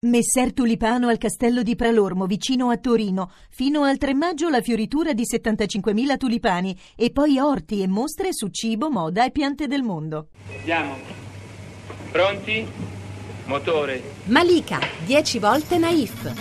Messer Tulipano al Castello di Pralormo, vicino a Torino. Fino al 3 maggio la fioritura di 75.000 tulipani e poi orti e mostre su cibo, moda e piante del mondo. Andiamo. Pronti? Motore. Malika, 10 volte Naif.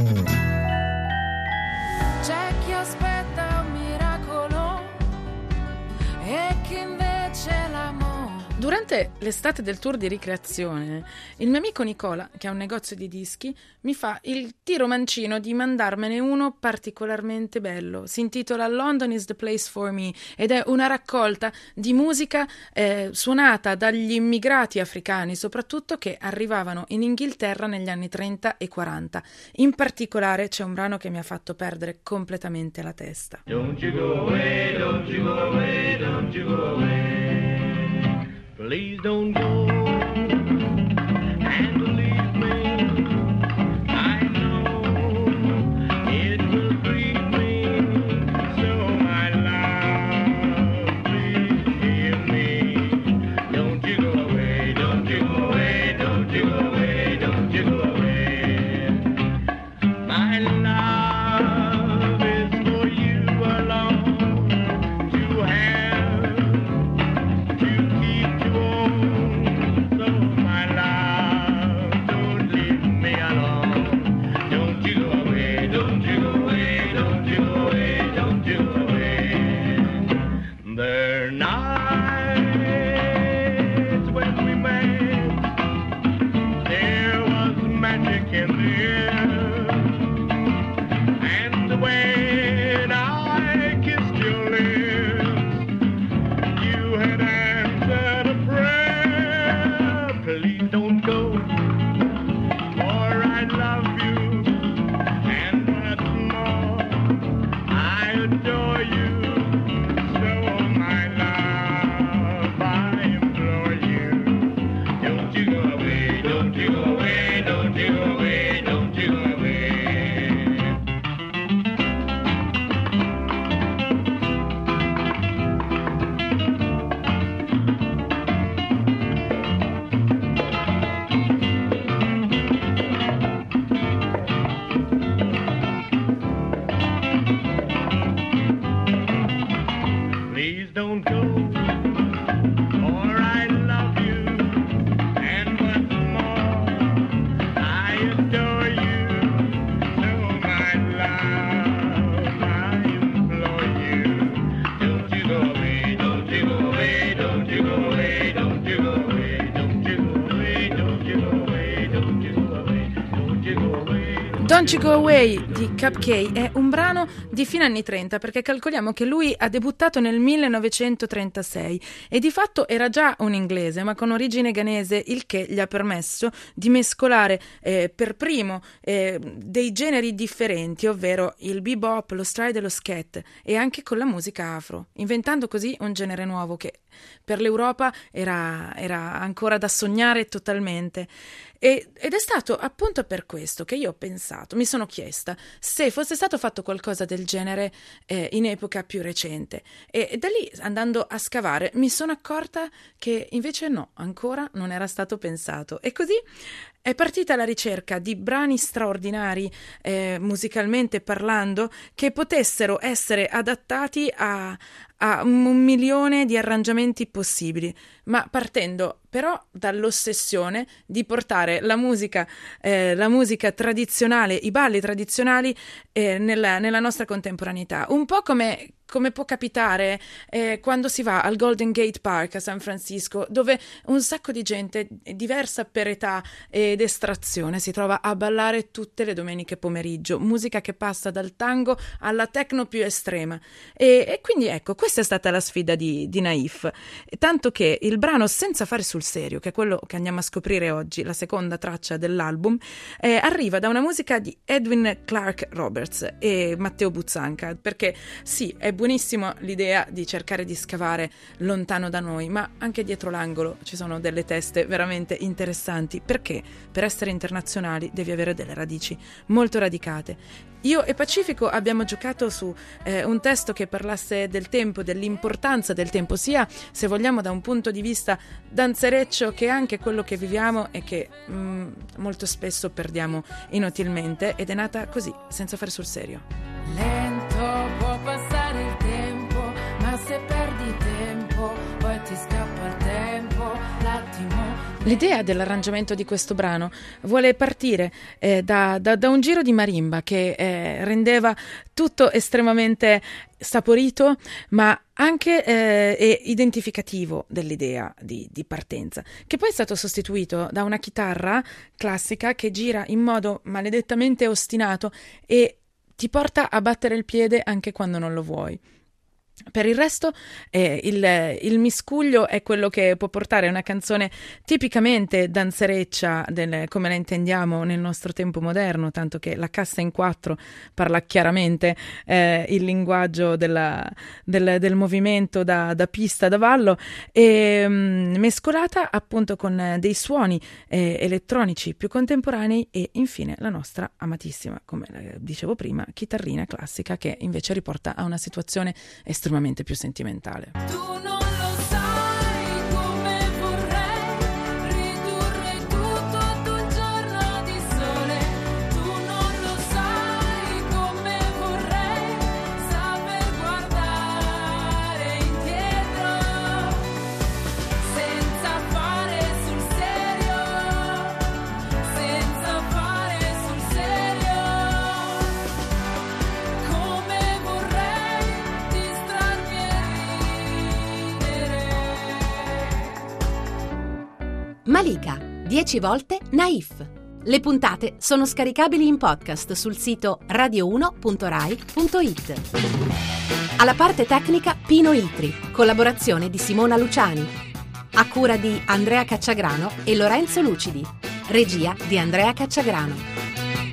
C'è chi aspetta un miracolo e chi invece l'amore. Durante l'estate del tour di ricreazione, il mio amico Nicola, che ha un negozio di dischi, mi fa il tiro mancino di mandarmene uno particolarmente bello. Si intitola London is the place for me ed è una raccolta di musica suonata dagli immigrati africani, soprattutto che arrivavano in Inghilterra negli anni 30 e 40. In particolare c'è un brano che mi ha fatto perdere completamente la testa. Don't you go away, don't you go away, don't you go away. Please don't go and leave me. I know it will grieve me, so my love, please hear me. Don't you go away, don't you go away, don't you go away, don't you go away. My love is for you alone to have, to keep. Don't go, for I love you, and what's more, I adore you, so my love, I implore you, don't you go away, don't you go away, don't you go away, don't you go away, don't you go away, don't you go away, don't you go away, don't you go away. Don't You Go Away di Cupcake è un brano di fine anni 30, perché calcoliamo che lui ha debuttato nel 1936 e di fatto era già un inglese ma con origine ghanese, il che gli ha permesso di mescolare per primo dei generi differenti, ovvero il bebop, lo stride e lo scat, e anche con la musica afro, inventando così un genere nuovo che per l'Europa era ancora da sognare totalmente. Ed è stato appunto per questo che io ho pensato, mi sono chiesta se fosse stato fatto qualcosa del genere in epoca più recente, e da lì, andando a scavare, mi sono accorta che invece no, ancora non era stato pensato, e così è partita la ricerca di brani straordinari musicalmente parlando che potessero essere adattati a 1.000.000 di arrangiamenti possibili, ma partendo però dall'ossessione di portare la musica tradizionale, i balli tradizionali nella nostra contemporaneità, un po' come può capitare quando si va al Golden Gate Park a San Francisco, dove un sacco di gente diversa per età ed estrazione si trova a ballare tutte le domeniche pomeriggio, musica che passa dal tango alla techno più estrema, e quindi ecco, questa è stata la sfida di Naif, tanto che il brano Senza fare sul serio, che è quello che andiamo a scoprire oggi, la seconda traccia dell'album, arriva da una musica di Edwin Clark Roberts e Matteo Buzzanca, perché sì, è buonissima l'idea di cercare di scavare lontano da noi, ma anche dietro l'angolo ci sono delle teste veramente interessanti, perché per essere internazionali devi avere delle radici molto radicate. Io e Pacifico abbiamo giocato su un testo che parlasse del tempo, dell'importanza del tempo, sia se vogliamo da un punto di di vista danzereccio che è anche quello che viviamo e che molto spesso perdiamo inutilmente, ed è nata così, senza fare sul serio. Lento può passare il tempo, ma se perdi tempo poi ti scappa il tempo, l'attimo. L'idea dell'arrangiamento di questo brano vuole partire da un giro di marimba che rendeva tutto estremamente saporito, ma anche identificativo dell'idea di partenza, che poi è stato sostituito da una chitarra classica che gira in modo maledettamente ostinato e ti porta a battere il piede anche quando non lo vuoi. Per il resto il miscuglio è quello che può portare una canzone tipicamente danzereccia come la intendiamo nel nostro tempo moderno, tanto che la cassa in 4 parla chiaramente il linguaggio del movimento da pista, da ballo, e mescolata appunto con dei suoni elettronici più contemporanei, e infine la nostra amatissima, come dicevo prima, chitarrina classica che invece riporta a una situazione estremamente più sentimentale. Tu non lo sai come vorrei ridurre tutto ad un giorno di sole. Tu non lo sai come vorrei saper guardare indietro senza fare sul serio, senza fare sul serio. Come vorrei distrarmi e ridere. Malika, 10 volte Naif. Le puntate sono scaricabili in podcast sul sito radio1.rai.it. Alla parte tecnica Pino Itri, collaborazione di Simona Luciani. A cura di Andrea Cacciagrano e Lorenzo Lucidi. Regia di Andrea Cacciagrano.